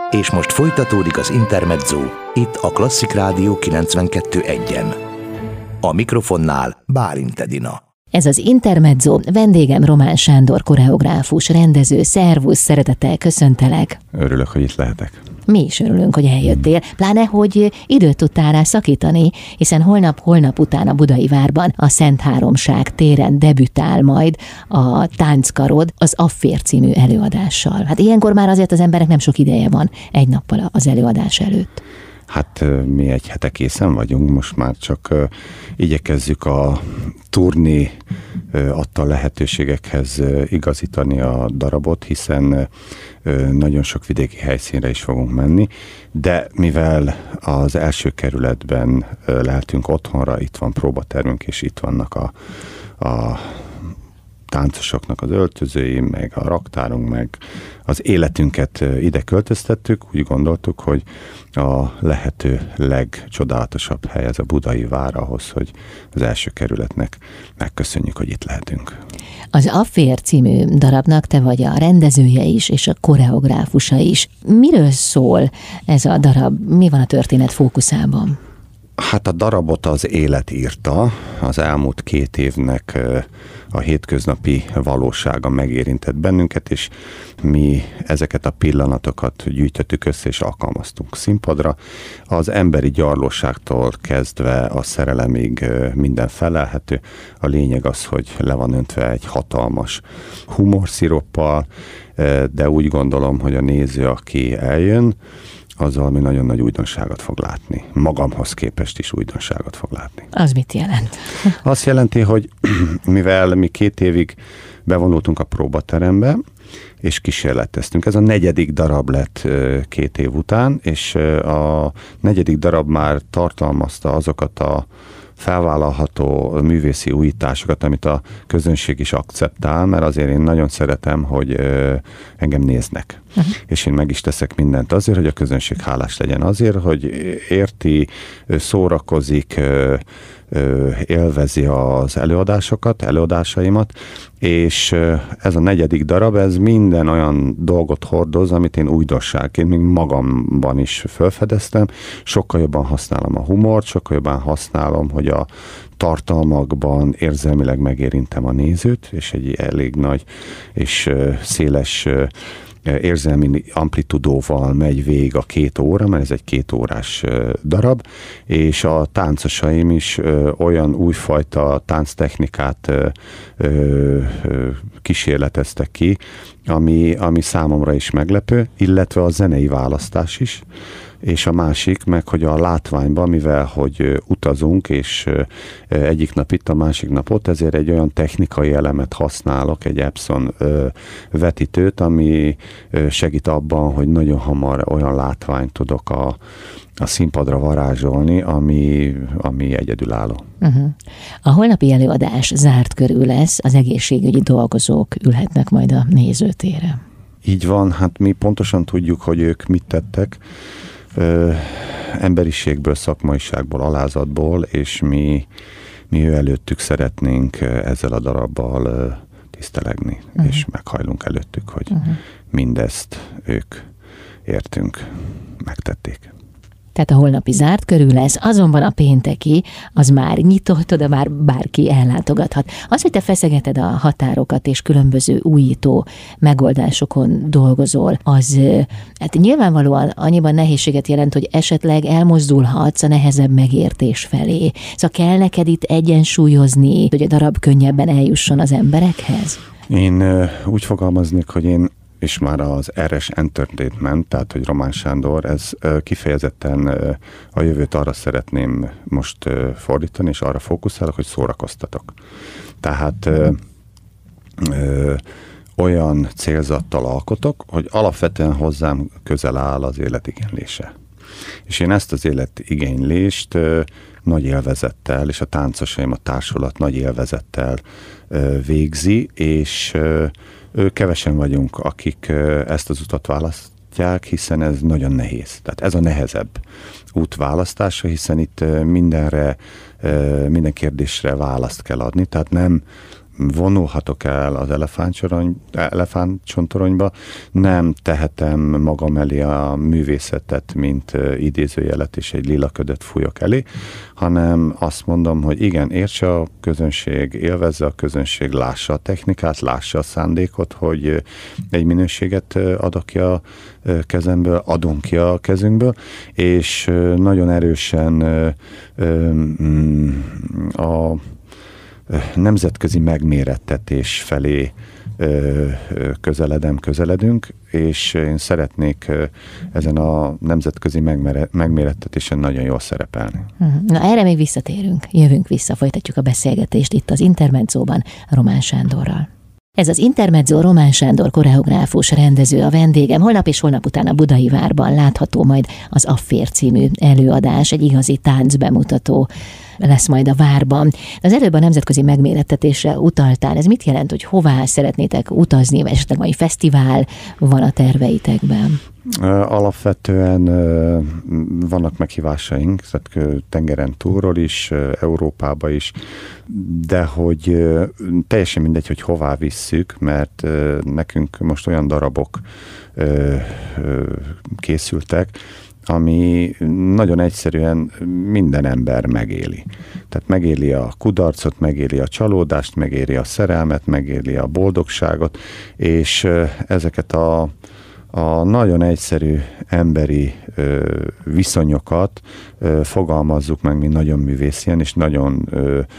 És most folytatódik az Intermezzo, itt a Klasszik Rádió 92.1-en. A mikrofonnál Bálint Edina. Ez az Intermezzo, vendégem Román Sándor koreográfus, rendező. Szervusz, szeretettel köszöntelek. Örülök, hogy itt lehetek. Mi is örülünk, hogy eljöttél, pláne, hogy időt tudtál rá szakítani, hiszen holnap után a Budai Várban, a Szent Háromság téren debütál majd a Tánckarod az Affér című előadással. Hát ilyenkor már azért az emberek nem sok ideje van egy nappal az előadás előtt. Hát mi egy hete készen vagyunk, most már csak igyekezzük a turné adta lehetőségekhez igazítani a darabot, hiszen nagyon sok vidéki helyszínre is fogunk menni, de mivel az első kerületben lehetünk otthonra, itt van próbatermünk, és itt vannak a táncosoknak az öltözői, meg a raktárunk, meg az életünket ide költöztettük, úgy gondoltuk, hogy a lehető legcsodálatosabb hely ez a Budai Vár ahhoz, hogy az első kerületnek megköszönjük, hogy itt lehetünk. Az Affér című darabnak te vagy a rendezője is, és a koreográfusa is. Miről szól ez a darab? Mi van a történet fókuszában? Hát a darabot az élet írta, az elmúlt 2 évnek a hétköznapi valósága megérintett bennünket, és mi ezeket a pillanatokat gyűjtöttük össze, és alkalmaztunk színpadra. Az emberi gyarlóságtól kezdve a szerelemig minden felelhető. A lényeg az, hogy le van öntve egy hatalmas humorsziroppal, de úgy gondolom, hogy a néző, aki eljön, az valami nagyon nagy újdonságot fog látni. Magamhoz képest is újdonságot fog látni. Az mit jelent? Azt jelenti, hogy mivel mi 2 évig bevonultunk a próbaterembe, és kísérleteztünk. Ez a 4. darab lett 2 év után, és a 4. darab már tartalmazta azokat a felvállalható művészi újításokat, amit a közönség is akceptál, mert azért én nagyon szeretem, hogy engem néznek. És én meg is teszek mindent azért, hogy a közönség hálás legyen azért, hogy érti, szórakozik, élvezi az előadásaimat, és ez a 4. darab, ez minden olyan dolgot hordoz, amit én újdonságként még magamban is felfedeztem. Sokkal jobban használom a humort, sokkal jobban használom, hogy a tartalmakban érzelmileg megérintem a nézőt, és egy elég nagy és széles érzelmi amplitudóval megy végig a 2 óra, mert ez egy 2 órás darab, és a táncosaim is olyan újfajta tánctechnikát kísérleteztek ki, ami számomra is meglepő, illetve a zenei választás is, és a másik meg, hogy a látványban, mivel hogy utazunk, és egyik nap itt, a másik nap ott, ezért egy olyan technikai elemet használok, egy Epson vetítőt, ami segít abban, hogy nagyon hamar olyan látványt tudok a színpadra varázsolni, ami egyedülálló. A holnapi előadás zárt körül lesz, az egészségügyi dolgozók ülhetnek majd a nézőtérre. Így van, hát mi pontosan tudjuk, hogy ők mit tettek, emberiségből, szakmaiságból, alázatból, és mi ő előttük szeretnénk ezzel a darabbal tisztelegni, és meghajlunk előttük, hogy mindezt ők értünk, megtették. Tehát a holnapi zárt körül lesz, azonban a pénteki az már nyitott, oda már bárki ellátogathat. Az, hogy te feszegeted a határokat és különböző újító megoldásokon dolgozol, az hát nyilvánvalóan annyiban nehézséget jelent, hogy esetleg elmozdulhatsz a nehezebb megértés felé. Szóval kell neked itt egyensúlyozni, hogy a darab könnyebben eljusson az emberekhez? Én úgy fogalmaznék, hogy én és már az RS Entertainment, tehát hogy Román Sándor, ez kifejezetten a jövőt arra szeretném most fordítani, és arra fókuszálok, hogy szórakoztatok. Tehát olyan célzattal alkotok, hogy alapvetően hozzám közel áll az életigénylése. És én ezt az életigénylést nagy élvezettel, és a táncosaim, a társulat nagy élvezettel végzi, és kevesen vagyunk, akik ezt az utat választják, hiszen ez nagyon nehéz. Tehát ez a nehezebb út választása, hiszen itt minden kérdésre választ kell adni, tehát nem vonulhatok el az elefántcsontoronyba, nem tehetem magam elé a művészetet, mint idézőjelet, és egy lila ködöt fújok elé, hanem azt mondom, hogy igen, értse a közönség, élvezze a közönség, lássa a technikát, lássa a szándékot, hogy egy minőséget adok ki a kezemből, adunk ki a kezünkből, és nagyon erősen a nemzetközi megmérettetés felé közeledünk, és én szeretnék ezen a nemzetközi megmérettetésen nagyon jól szerepelni. Na, erre még visszatérünk, jövünk vissza, folytatjuk a beszélgetést itt az Intermedzóban Román Sándorral. Ez az Intermezzo, Román Sándor koreográfus, rendező a vendégem. Holnap és holnap után a Budai Várban látható majd az Affér című előadás, egy igazi táncbemutató lesz majd a Várban. De az előbb a nemzetközi megmérettetésre utaltál. Ez mit jelent, hogy hová szeretnétek utazni, vagy esetleg majd fesztivál van a terveitekben? Alapvetően vannak meghívásaink, tehát tengeren túlról is, Európába is, de hogy teljesen mindegy, hogy hová visszük, mert nekünk most olyan darabok készültek, ami nagyon egyszerűen minden ember megéli. Tehát megéli a kudarcot, megéli a csalódást, megéli a szerelmet, megéli a boldogságot, és ezeket a nagyon egyszerű emberi viszonyokat fogalmazzuk meg, mint nagyon művészien, és nagyon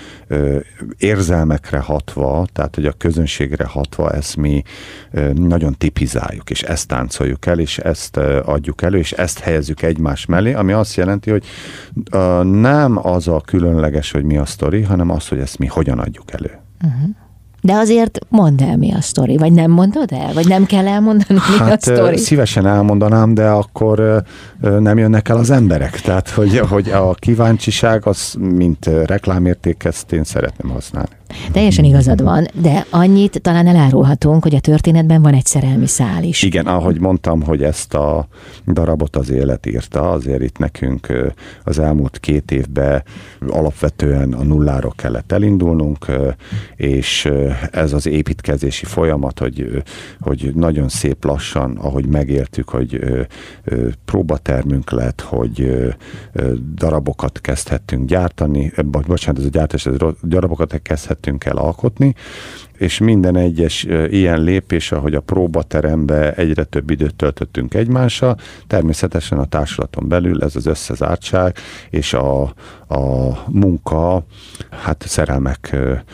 érzelmekre hatva, tehát hogy a közönségre hatva ezt mi nagyon tipizáljuk, és ezt táncoljuk el, és ezt adjuk elő, és ezt helyezzük egymás mellé, ami azt jelenti, hogy nem az a különleges, hogy mi a sztori, hanem az, hogy ezt mi hogyan adjuk elő. Uh-huh. De azért mondd el, mi a sztori, vagy nem mondod el? Vagy nem kell elmondani, mi a sztori? Szívesen elmondanám, de akkor nem jönnek el az emberek. Tehát, hogy a kíváncsiság, az mint reklámérték, ezt én szeretném használni. Teljesen igazad van, de annyit talán elárulhatunk, hogy a történetben van egy szerelmi szál is. Igen, ahogy mondtam, hogy ezt a darabot az élet írta, azért itt nekünk az elmúlt 2 évben alapvetően a nulláról kellett elindulnunk, és ez az építkezési folyamat, hogy nagyon szép lassan, ahogy megértük, hogy próbatermünk lett, hogy darabokat kezdhettünk gyártani, bocsánat, ez a gyártás, darabokat kezdhettünk el alkotni, és minden egyes ilyen lépés, ahogy a próbaterembe egyre több időt töltöttünk egymással, természetesen a társulaton belül ez az összezártság és a munka, hát szerelmek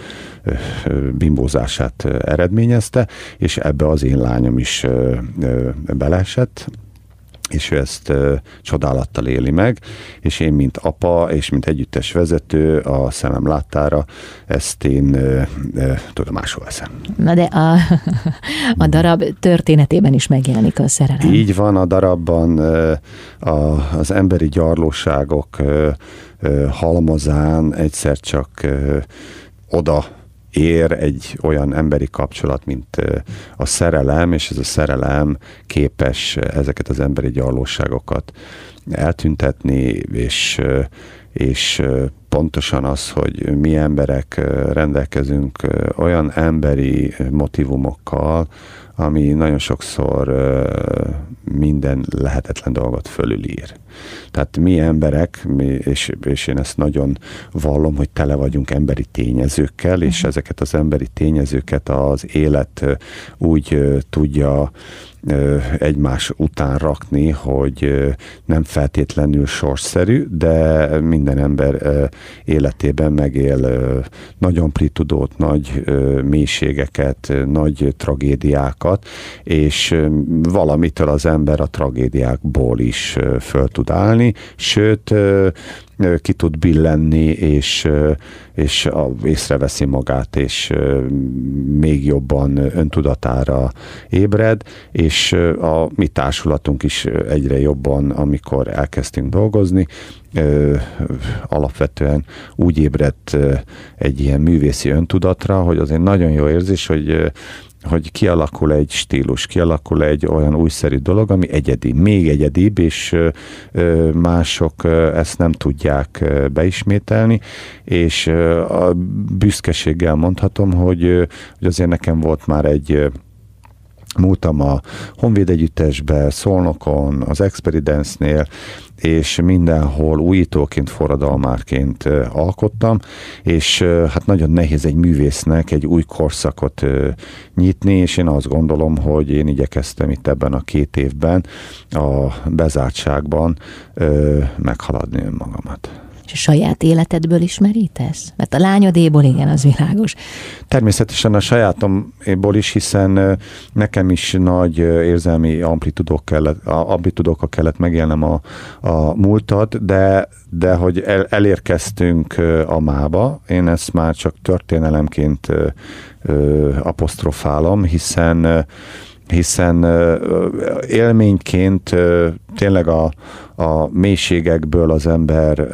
bimbózását eredményezte, és ebbe az én lányom is beleesett, és ő ezt csodálattal éli meg, és én, mint apa, és mint együttes vezető, a szemem láttára ezt én tudomásul veszem. Na de a darab történetében is megjelenik a szerelem. Így van, a darabban az emberi gyarlóságok halmazán egyszer csak oda ér egy olyan emberi kapcsolat, mint a szerelem, és ez a szerelem képes ezeket az emberi gyarlóságokat eltüntetni, és pontosan az, hogy mi emberek rendelkezünk olyan emberi motivumokkal, ami nagyon sokszor minden lehetetlen dolgot fölülír. Tehát mi emberek, és én ezt nagyon vallom, hogy tele vagyunk emberi tényezőkkel, és ezeket az emberi tényezőket az élet úgy tudja egymás után rakni, hogy nem feltétlenül sorsszerű, de minden ember életében megél nagy amplitudót, nagy mélységeket, nagy tragédiákat, és valamitől az ember a tragédiákból is föl tud állni, sőt, ki tud billenni, és észreveszi magát, és még jobban öntudatára ébred, és a mi társulatunk is egyre jobban, amikor elkezdtünk dolgozni, alapvetően úgy ébredt egy ilyen művészi öntudatra, hogy azért nagyon jó érzés, hogy kialakul egy stílus, kialakul egy olyan újszerű dolog, ami egyedi, még egyedibb, és mások ezt nem tudják beismételni, és a büszkeséggel mondhatom, hogy azért nekem volt már egy múltam a Honvéd Együttesbe, Szolnokon, az Experience-nél, és mindenhol újítóként, forradalmárként alkottam, és hát nagyon nehéz egy művésznek egy új korszakot nyitni, és én azt gondolom, hogy én igyekeztem itt ebben a 2 évben a bezártságban meghaladni önmagamat. És a saját életedből is merítesz? Mert a lányodéból igen, az világos. Természetesen a sajátomból is, hiszen nekem is nagy érzelmi amplitudókkal kellett megélnem a múltat, de hogy elérkeztünk a mába, én ezt már csak történelemként apostrofálom, hiszen élményként tényleg a mélységekből az ember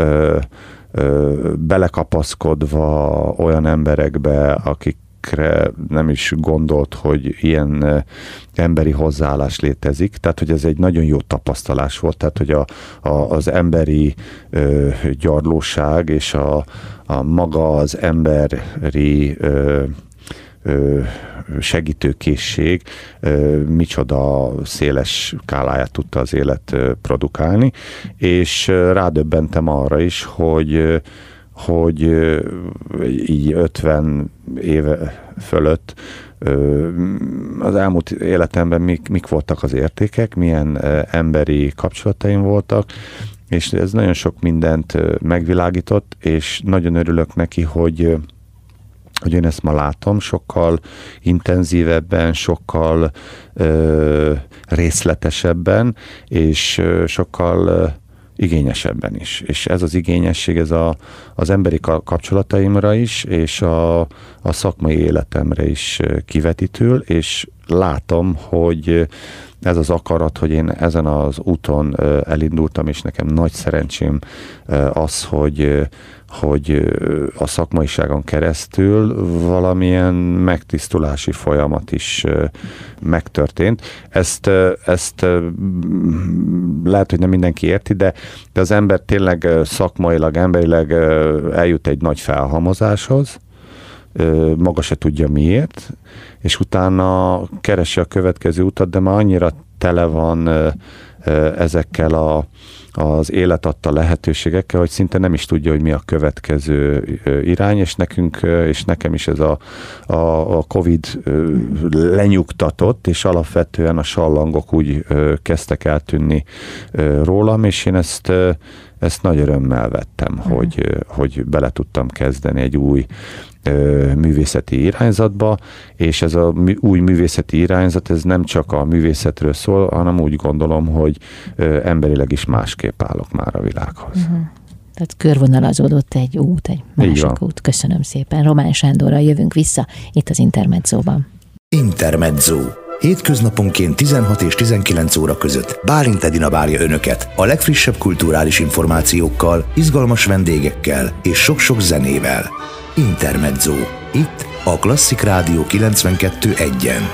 belekapaszkodva olyan emberekbe, akikre nem is gondolt, hogy ilyen emberi hozzáállás létezik. Tehát, hogy ez egy nagyon jó tapasztalás volt, tehát, hogy az emberi gyarlóság és a maga az emberi segítőkészség micsoda széles skáláját tudta az élet produkálni, és rádöbbentem arra is, hogy így 50 éve fölött az elmúlt életemben mik voltak az értékek, milyen emberi kapcsolataim voltak, és ez nagyon sok mindent megvilágított, és nagyon örülök neki, hogy én ezt ma látom, sokkal intenzívebben, sokkal részletesebben, és sokkal igényesebben is. És ez az igényesség, ez az emberi kapcsolataimra is, és a szakmai életemre is kivetítül, és látom, hogy ez az akarat, hogy én ezen az úton elindultam, és nekem nagy szerencsém az, hogy a szakmaiságon keresztül valamilyen megtisztulási folyamat is megtörtént. Ezt lehet, hogy nem mindenki érti, de az ember tényleg szakmailag, emberileg eljut egy nagy felhalmozáshoz, maga se tudja miért, és utána keresi a következő utat, de már annyira tele van ezekkel az élet adta lehetőségekkel, hogy szinte nem is tudja, hogy mi a következő irány, és nekünk, és nekem is ez a Covid lenyugtatott, és alapvetően a sallangok úgy kezdtek eltűnni rólam, és én ezt nagy örömmel vettem, hogy bele tudtam kezdeni egy új művészeti irányzatba, és ez az új művészeti irányzat, ez nem csak a művészetről szól, hanem úgy gondolom, hogy emberileg is másképp állok már a világhoz. Tehát körvonalazódott egy út, egy másik út. Köszönöm szépen. Román Sándorral jövünk vissza itt az Intermedzóban. Intermezzo. Hétköznaponként 16 és 19 óra között Bálint Edina várja Önöket a legfrissebb kulturális információkkal, izgalmas vendégekkel és sok-sok zenével. Intermezzo. Itt a Klasszik Rádió 92.1-en.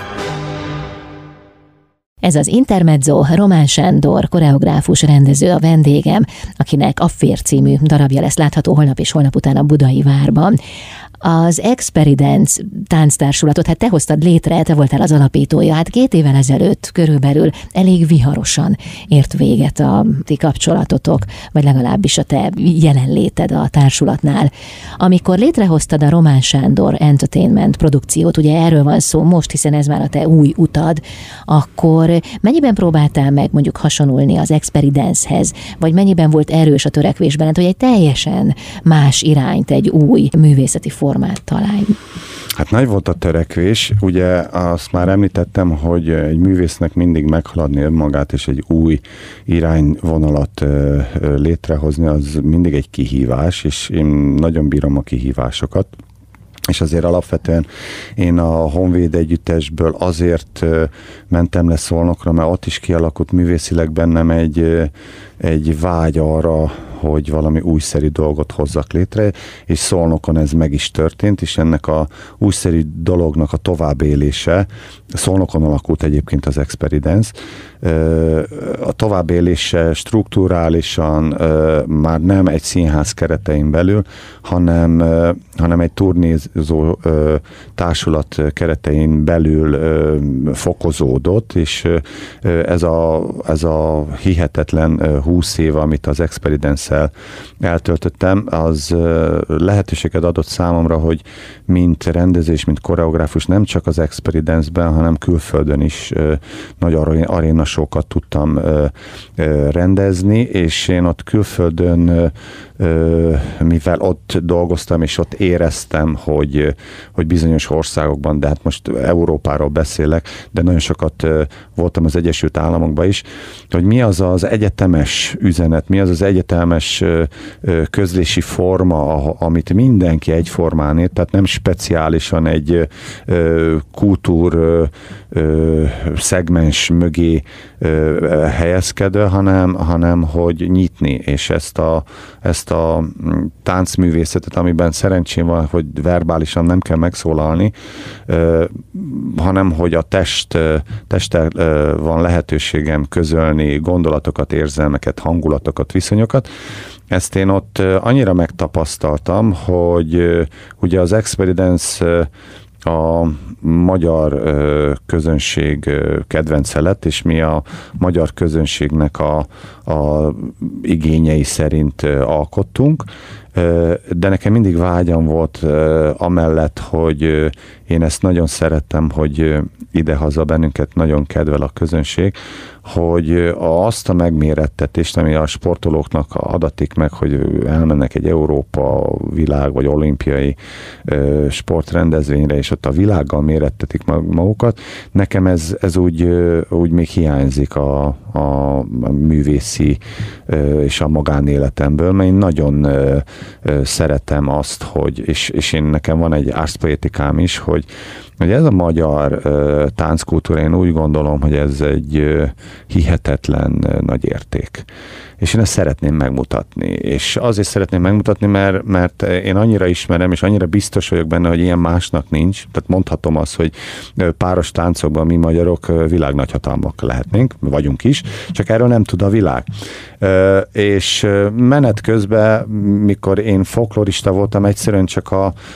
Ez az Intermezzo, Román Sándor, koreográfus, rendező a vendégem, akinek Affér című darabja lesz látható holnap és holnap után a Budai Várban. Az Experience tánctársulatot, hát te hoztad létre, te voltál az alapítója, hát 2 évvel ezelőtt körülbelül elég viharosan ért véget a ti kapcsolatotok, vagy legalábbis a te jelenléted a társulatnál. Amikor létrehoztad a Román Sándor Entertainment produkciót, ugye erről van szó most, hiszen ez már a te új utad, akkor mennyiben próbáltál meg mondjuk hasonulni az Experience-hez, vagy mennyiben volt erős a törekvésben, hogy egy teljesen más irányt, egy új művészeti formát találj? Hát nagy volt a törekvés, ugye azt már említettem, hogy egy művésznek mindig meghaladni önmagát és egy új irányvonalat létrehozni, az mindig egy kihívás, és én nagyon bírom a kihívásokat. És azért alapvetően én a Honvéd Együttesből azért mentem le Szolnokra, mert ott is kialakult művészileg bennem egy vágy arra, hogy valami újszerű dolgot hozzak létre, és Szolnokon ez meg is történt, és ennek a újszerű dolognak a továbbélése, Szolnokon alakult egyébként az Experience, a továbbélése strukturálisan már nem egy színház keretein belül, hanem egy turnézó társulat keretein belül fokozódott, és ez a hihetetlen 20 év, amit az Experience-szel eltöltöttem, az lehetőséget adott számomra, hogy mint rendezés, mint koreográfus nem csak az Experience-ben, hanem külföldön is nagy arénasókat tudtam rendezni, és én ott külföldön, mivel ott dolgoztam, és ott éreztem, hogy bizonyos országokban, de hát most Európáról beszélek, de nagyon sokat voltam az Egyesült Államokban is, hogy mi az az egyetemes üzenet, mi az az egyetemes közlési forma, amit mindenki egyformán ért, tehát nem speciálisan egy kultúr szegmens mögé helyezkedő, hanem hogy nyitni, és ezt a táncművészetet, amiben szerencsém van, hogy verbálisan nem kell megszólalni, hanem hogy a testtel van lehetőségem közölni gondolatokat, érzelmeket, hangulatokat, viszonyokat. Ezt én ott annyira megtapasztaltam, hogy ugye az Experience a magyar közönség kedvence lett, és mi a magyar közönségnek a igényei szerint alkottunk, de nekem mindig vágyam volt amellett, hogy én ezt nagyon szerettem, hogy idehaza bennünket nagyon kedvel a közönség, hogy azt a megmérettetést, ami a sportolóknak adatik meg, hogy elmennek egy Európa, világ vagy olimpiai sportrendezvényre, és ott a világgal mérettetik magukat, nekem ez úgy még hiányzik a művészi és a magánéletemből, mert én nagyon szeretem azt, hogy, és én nekem van egy árszpoetikám is, hogy ez a magyar tánckultúra, én úgy gondolom, hogy ez egy hihetetlen nagy érték. És én ezt szeretném megmutatni. És azért szeretném megmutatni, mert én annyira ismerem, és annyira biztos vagyok benne, hogy ilyen másnak nincs. Tehát mondhatom azt, hogy páros táncokban mi magyarok világnagyhatalmak lehetnénk, vagyunk is, csak erről nem tud a világ. És menet közben, mikor én folklorista voltam, egyszerűen csak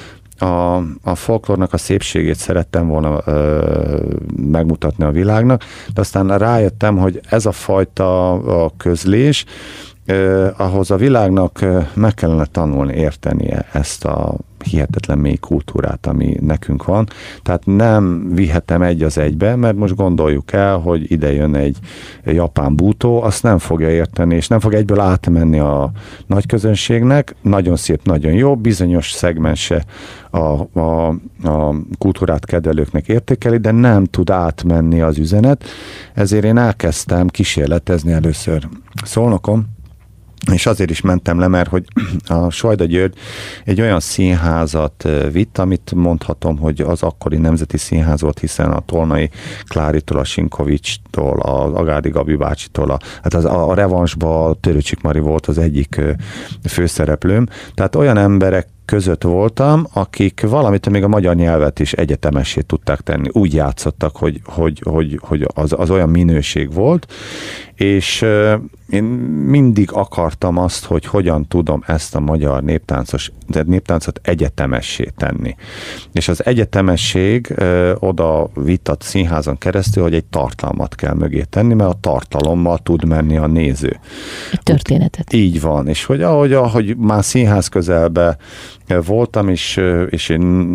a folklórnak a szépségét szerettem volna megmutatni a világnak, de aztán rájöttem, hogy ez a fajta közlés, ahhoz a világnak meg kellene tanulni, értenie ezt a hihetetlen mély kultúrát, ami nekünk van. Tehát nem vihetem egy az egybe, mert most gondoljuk el, hogy ide jön egy japán bútó, azt nem fogja érteni, és nem fog egyből átmenni a nagy közönségnek. Nagyon szép, nagyon jó, bizonyos szegmense a kultúrát kedvelőknek értékeli, de nem tud átmenni az üzenet. Ezért én elkezdtem kísérletezni először Szolnokon, és azért is mentem le, mert hogy a Svajda György egy olyan színházat vitt, amit mondhatom, hogy az akkori Nemzeti Színház volt, hiszen a Tolnai Kláritól, a Sinkovicstól, az Agárdi Gabi bácsitól, hát a Revansba Törőcsik Mari volt az egyik főszereplőm. Tehát olyan emberek között voltam, akik valamit, még a magyar nyelvet is egyetemessé tudták tenni. Úgy játszottak, hogy az olyan minőség volt, és én mindig akartam azt, hogy hogyan tudom ezt a magyar néptáncot egyetemessé tenni. És az egyetemesség oda vitt a színházon keresztül, hogy egy tartalmat kell mögé tenni, mert a tartalommal tud menni a néző. Egy történetet. Így van, és hogy ahogy már színház közelbe voltam, és én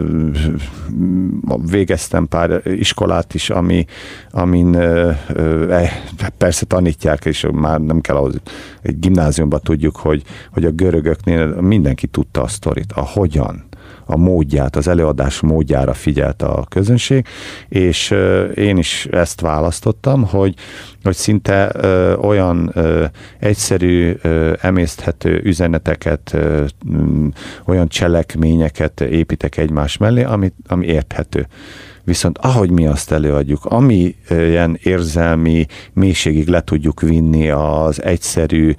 végeztem pár iskolát is, amin persze tanítják, és már nem kell ahhoz, egy gimnáziumban tudjuk, hogy a görögöknél mindenki tudta a sztorit, a hogyan, a módját, az előadás módjára figyelt a közönség, és én is ezt választottam, hogy szinte olyan egyszerű, emészthető üzeneteket, olyan cselekményeket építek egymás mellé, ami érthető. Viszont ahogy mi azt előadjuk, ami ilyen érzelmi mélységig le tudjuk vinni az egyszerű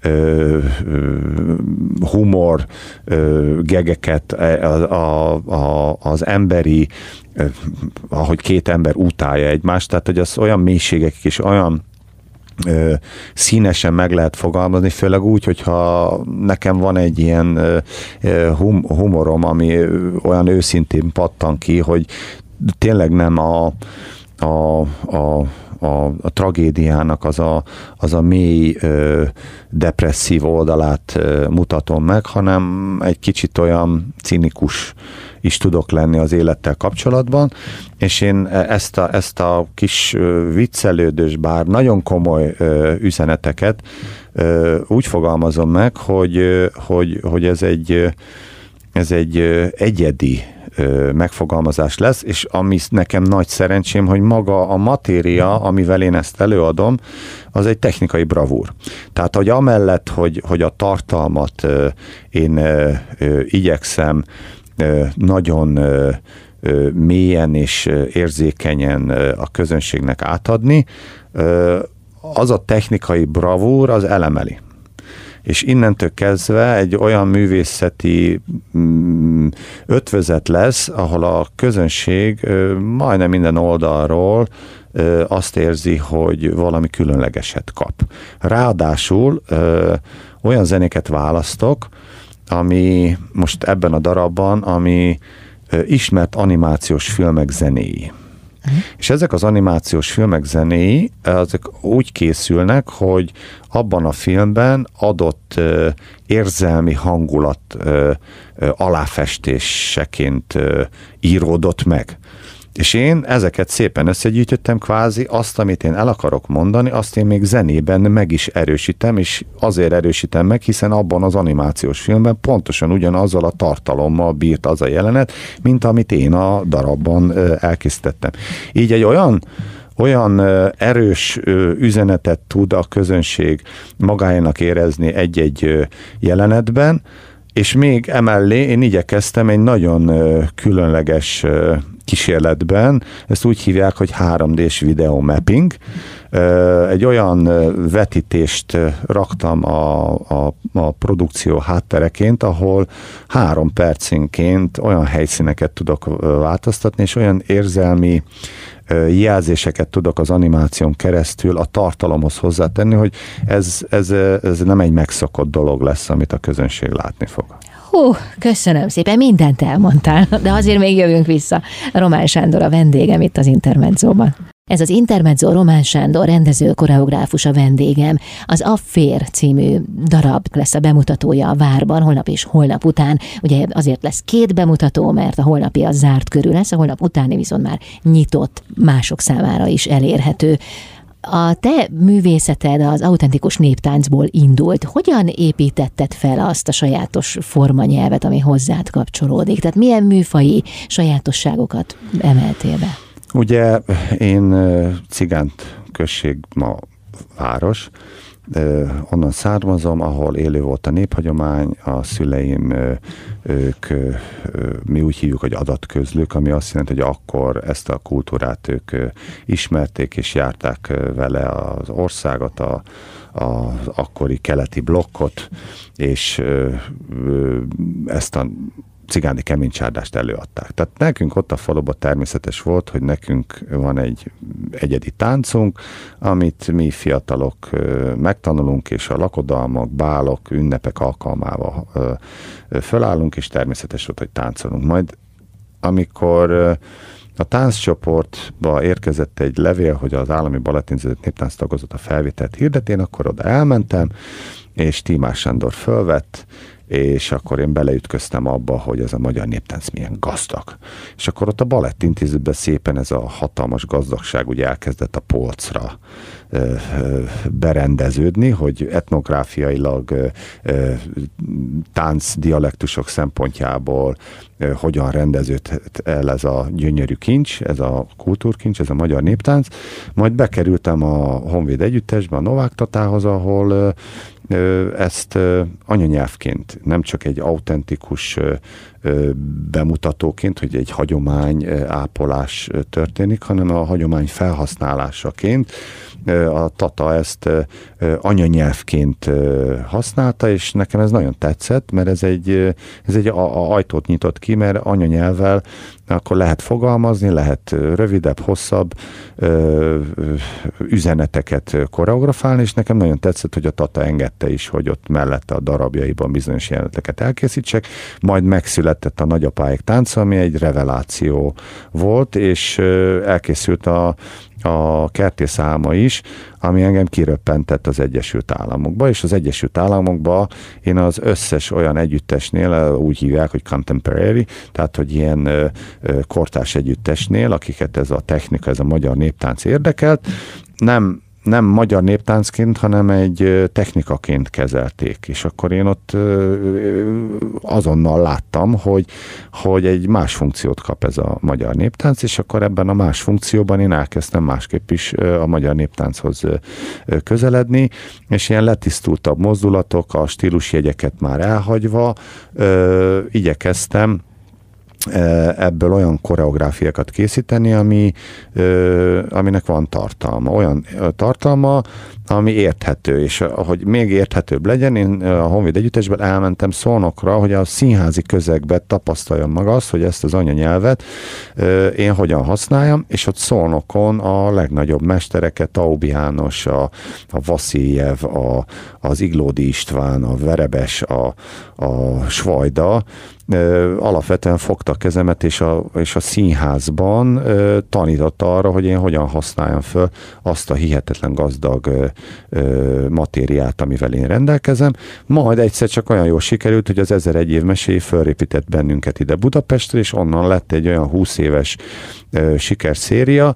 humor gegeket, az emberi, ahogy két ember utálja egymást, tehát hogy az olyan mélységek és olyan színesen meg lehet fogalmazni, főleg úgy, hogyha nekem van egy ilyen humorom, ami olyan őszintén pattan ki, hogy tényleg nem a tragédiának az a mély depresszív oldalát mutatom meg, hanem egy kicsit olyan cinikus is tudok lenni az élettel kapcsolatban, és én ezt a kis viccelődős, bár nagyon komoly üzeneteket úgy fogalmazom meg, hogy ez egy egyedi megfogalmazás lesz, és ami nekem nagy szerencsém, hogy maga a matéria, amivel én ezt előadom, az egy technikai bravúr. Tehát, hogy amellett, hogy a tartalmat én igyekszem nagyon mélyen és érzékenyen a közönségnek átadni, az a technikai bravúr az elemeli. És innentől kezdve egy olyan művészeti ötvözet lesz, ahol a közönség majdnem minden oldalról azt érzi, hogy valami különlegeset kap. Ráadásul olyan zenéket választok, ami most ebben a darabban, ami ismert animációs filmek zenéi. És ezek az animációs filmek zenéi, azok úgy készülnek, hogy abban a filmben adott érzelmi hangulat aláfestéseként íródott meg. És én ezeket szépen összegyűjtöttem, kvázi azt, amit én el akarok mondani, azt én még zenében meg is erősítem, és azért erősítem meg, hiszen abban az animációs filmben pontosan ugyanazzal a tartalommal bírt az a jelenet, mint amit én a darabban elkészítettem. Így egy olyan erős üzenetet tud a közönség magáénak érezni egy-egy jelenetben, és még emellé én igyekeztem egy nagyon különleges kísérletben, ezt úgy hívják, hogy 3D-s video mapping. Egy olyan vetítést raktam a produkció háttereként, ahol 3 percenként olyan helyszíneket tudok változtatni, és olyan érzelmi jelzéseket tudok az animáción keresztül a tartalomhoz hozzátenni, hogy ez nem egy megszokott dolog lesz, amit a közönség látni fog. Hú, köszönöm szépen, mindent elmondtál, de azért még jövünk vissza. Román Sándor a vendégem itt az Intermedzóban. Ez az Intermezzo, Román Sándor rendező, koreográfus a vendégem. Az Affér című darab lesz a bemutatója a Várban, holnap és holnap után. Ugye azért lesz 2 bemutató, mert a holnapi az zárt körül lesz, a holnap utáni viszont már nyitott, mások számára is elérhető. A te művészeted az autentikus néptáncból indult. Hogyan építetted fel azt a sajátos formanyelvet, ami hozzád kapcsolódik? Tehát milyen műfaji sajátosságokat emeltél be? Ugye én Cigánt község, ma város, onnan származom, ahol élő volt a néphagyomány, a szüleim, mi úgy hívjuk, hogy adatközlők, ami azt jelenti, hogy akkor ezt a kultúrát ők ismerték és járták vele az országot, az akkori keleti blokkot, és ezt a cigáni keménycsárdást előadták. Tehát nekünk ott a faluban természetes volt, hogy nekünk van egy egyedi táncunk, amit mi fiatalok megtanulunk, és a lakodalmak, bálok, ünnepek alkalmával fölállunk, és természetes volt, hogy táncolunk. Majd amikor a tánccsoportba érkezett egy levél, hogy az Állami Balettintézet néptánc tagozata felvételt hirdet, én akkor oda elmentem, és Tímár Sándor fölvett, és akkor én beleütköztem abba, hogy ez a magyar néptánc milyen gazdag. És akkor ott a Balettintézetben szépen ez a hatalmas gazdagság ugye elkezdett a polcra berendeződni, hogy etnográfiailag, táncdialektusok szempontjából hogyan rendeződhet el ez a gyönyörű kincs, ez a kultúrkincs, ez a magyar néptánc. Majd bekerültem a Honvéd Együttesbe, a Novák Tatához, ahol ezt anyanyelvként, nem csak egy autentikus bemutatóként, hogy egy hagyomány ápolás történik, hanem a hagyomány felhasználásaként. A Tata ezt anyanyelvként használta, és nekem ez nagyon tetszett, mert ez egy ajtót nyitott ki, mert anyanyelvvel akkor lehet fogalmazni, lehet rövidebb, hosszabb üzeneteket koreografálni, és nekem nagyon tetszett, hogy a Tata engedte is, hogy ott mellette a darabjaiban bizonyos jeleneteket elkészítsek. Majd megszületett a Nagyapáik tánca, ami egy reveláció volt, és elkészült a Kertész álma is, ami engem kiröppentett az Egyesült Államokba, és az Egyesült Államokba én az összes olyan együttesnél, úgy hívják, hogy contemporary, tehát hogy ilyen kortárs együttesnél, akiket ez a technika, ez a magyar néptánc érdekelt, nem magyar néptáncként, hanem egy technikaként kezelték. És akkor én ott azonnal láttam, hogy egy más funkciót kap ez a magyar néptánc, és akkor ebben a más funkcióban én elkezdtem másképp is a magyar néptánchoz közeledni, és ilyen letisztultabb mozdulatok, a stílusjegyeket már elhagyva igyekeztem ebből olyan koreográfiákat készíteni, aminek van tartalma. Olyan tartalma, ami érthető, és hogy még érthetőbb legyen, én a Honvéd Együttesben elmentem Szolnokra, hogy a színházi közegben tapasztaljam meg azt, hogy ezt az anyanyelvet én hogyan használjam, és ott Szolnokon a legnagyobb mestereket, Taubi János, a Vasziljev, az Iglódi István, a Verebes, a Svajda, alapvetően fogta a kezemet, és a színházban tanította arra, hogy én hogyan használjam föl azt a hihetetlen gazdag matériát, amivel én rendelkezem. Majd egyszer csak olyan jól sikerült, hogy az 1001 év meséi fölépített bennünket ide Budapestre, és onnan lett egy olyan 20 éves sikerszéria,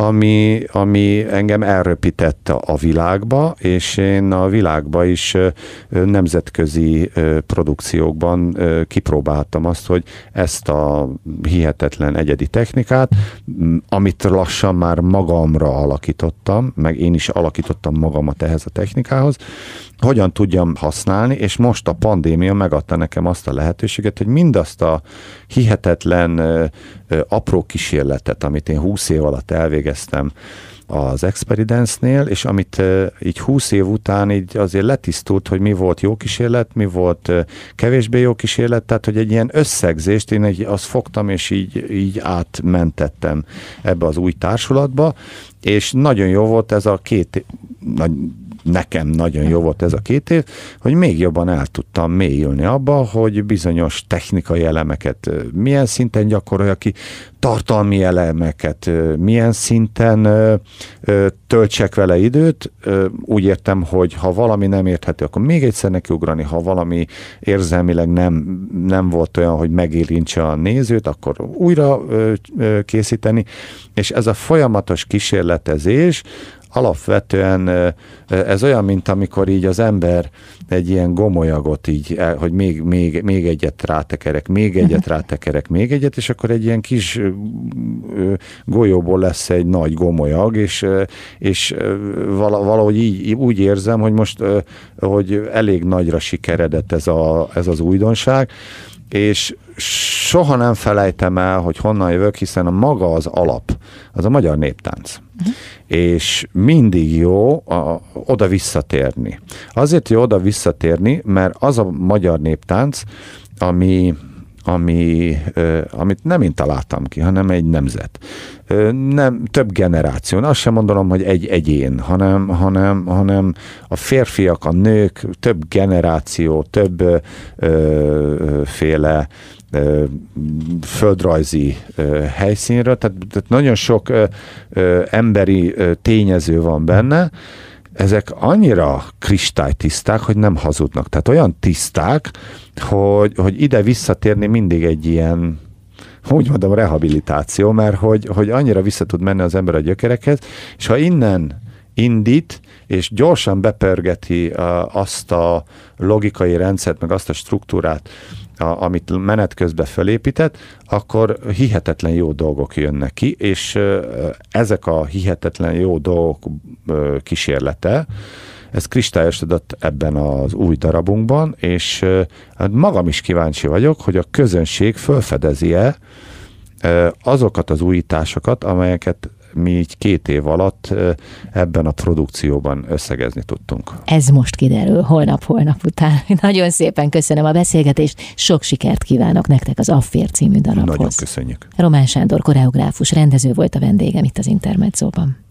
ami engem elröpített a világba, és én a világba is nemzetközi produkciókban kipróbáltam azt, hogy ezt a hihetetlen egyedi technikát, amit lassan már magamra alakítottam, meg én is alakítottam magamat ehhez a technikához, hogyan tudjam használni, és most a pandémia megadta nekem azt a lehetőséget, hogy mindazt a hihetetlen apró kísérletet, amit én 20 év alatt elvégeztem az Experience-nél, és amit így 20 év után így azért letisztult, hogy mi volt jó kísérlet, mi volt kevésbé jó kísérlet, tehát hogy egy ilyen összegzést én azt fogtam, és így átmentettem ebbe az új társulatba, és nagyon jó volt ez a nekem nagyon jó volt ez a 2 év, hogy még jobban el tudtam mélyülni abba, hogy bizonyos technikai elemeket milyen szinten gyakoroljak ki, tartalmi elemeket milyen szinten töltsek vele időt. Úgy értem, hogy ha valami nem érthető, akkor még egyszer nekiugrani, ha valami érzelmileg nem volt olyan, hogy megérintse a nézőt, akkor újra készíteni, és ez a folyamatos kísérletezés alapvetően ez olyan, mint amikor így az ember egy ilyen gomolyagot így, hogy még egyet rátekerek, még egyet, és akkor egy ilyen kis golyóból lesz egy nagy gomolyag, és valahogy így úgy érzem, hogy most hogy elég nagyra sikeredett ez az újdonság, és soha nem felejtem el, hogy honnan jövök, hiszen maga az alap, az a magyar néptánc. És mindig jó oda visszatérni. Azért jó oda visszatérni, mert az a magyar néptánc, amit nem én találtam ki, hanem egy nemzet. Nem több generáció. Azt sem mondom, hogy egy egyén, hanem a férfiak, a nők, több generáció, több féle földrajzi helyszínről, tehát nagyon sok emberi tényező van benne, ezek annyira kristálytiszták, hogy nem hazudnak. Tehát olyan tiszták, hogy ide visszatérni mindig egy ilyen, úgy mondom, rehabilitáció, mert hogy annyira vissza tud menni az ember a gyökerekhez, és ha innen indít, és gyorsan bepörgeti azt a logikai rendszert, meg azt a struktúrát, amit menet közben felépített, akkor hihetetlen jó dolgok jönnek ki, és ezek a hihetetlen jó dolgok kísérlete, ez kristályosodott ebben az új darabunkban, és magam is kíváncsi vagyok, hogy a közönség felfedezi-e azokat az újításokat, amelyeket mi így 2 év alatt ebben a produkcióban összegezni tudtunk. Ez most kiderül holnap után. Nagyon szépen köszönöm a beszélgetést, sok sikert kívánok nektek az Affér című darabhoz. Nagyon köszönjük. Román Sándor koreográfus, rendező volt a vendégem itt az Intermedzóban.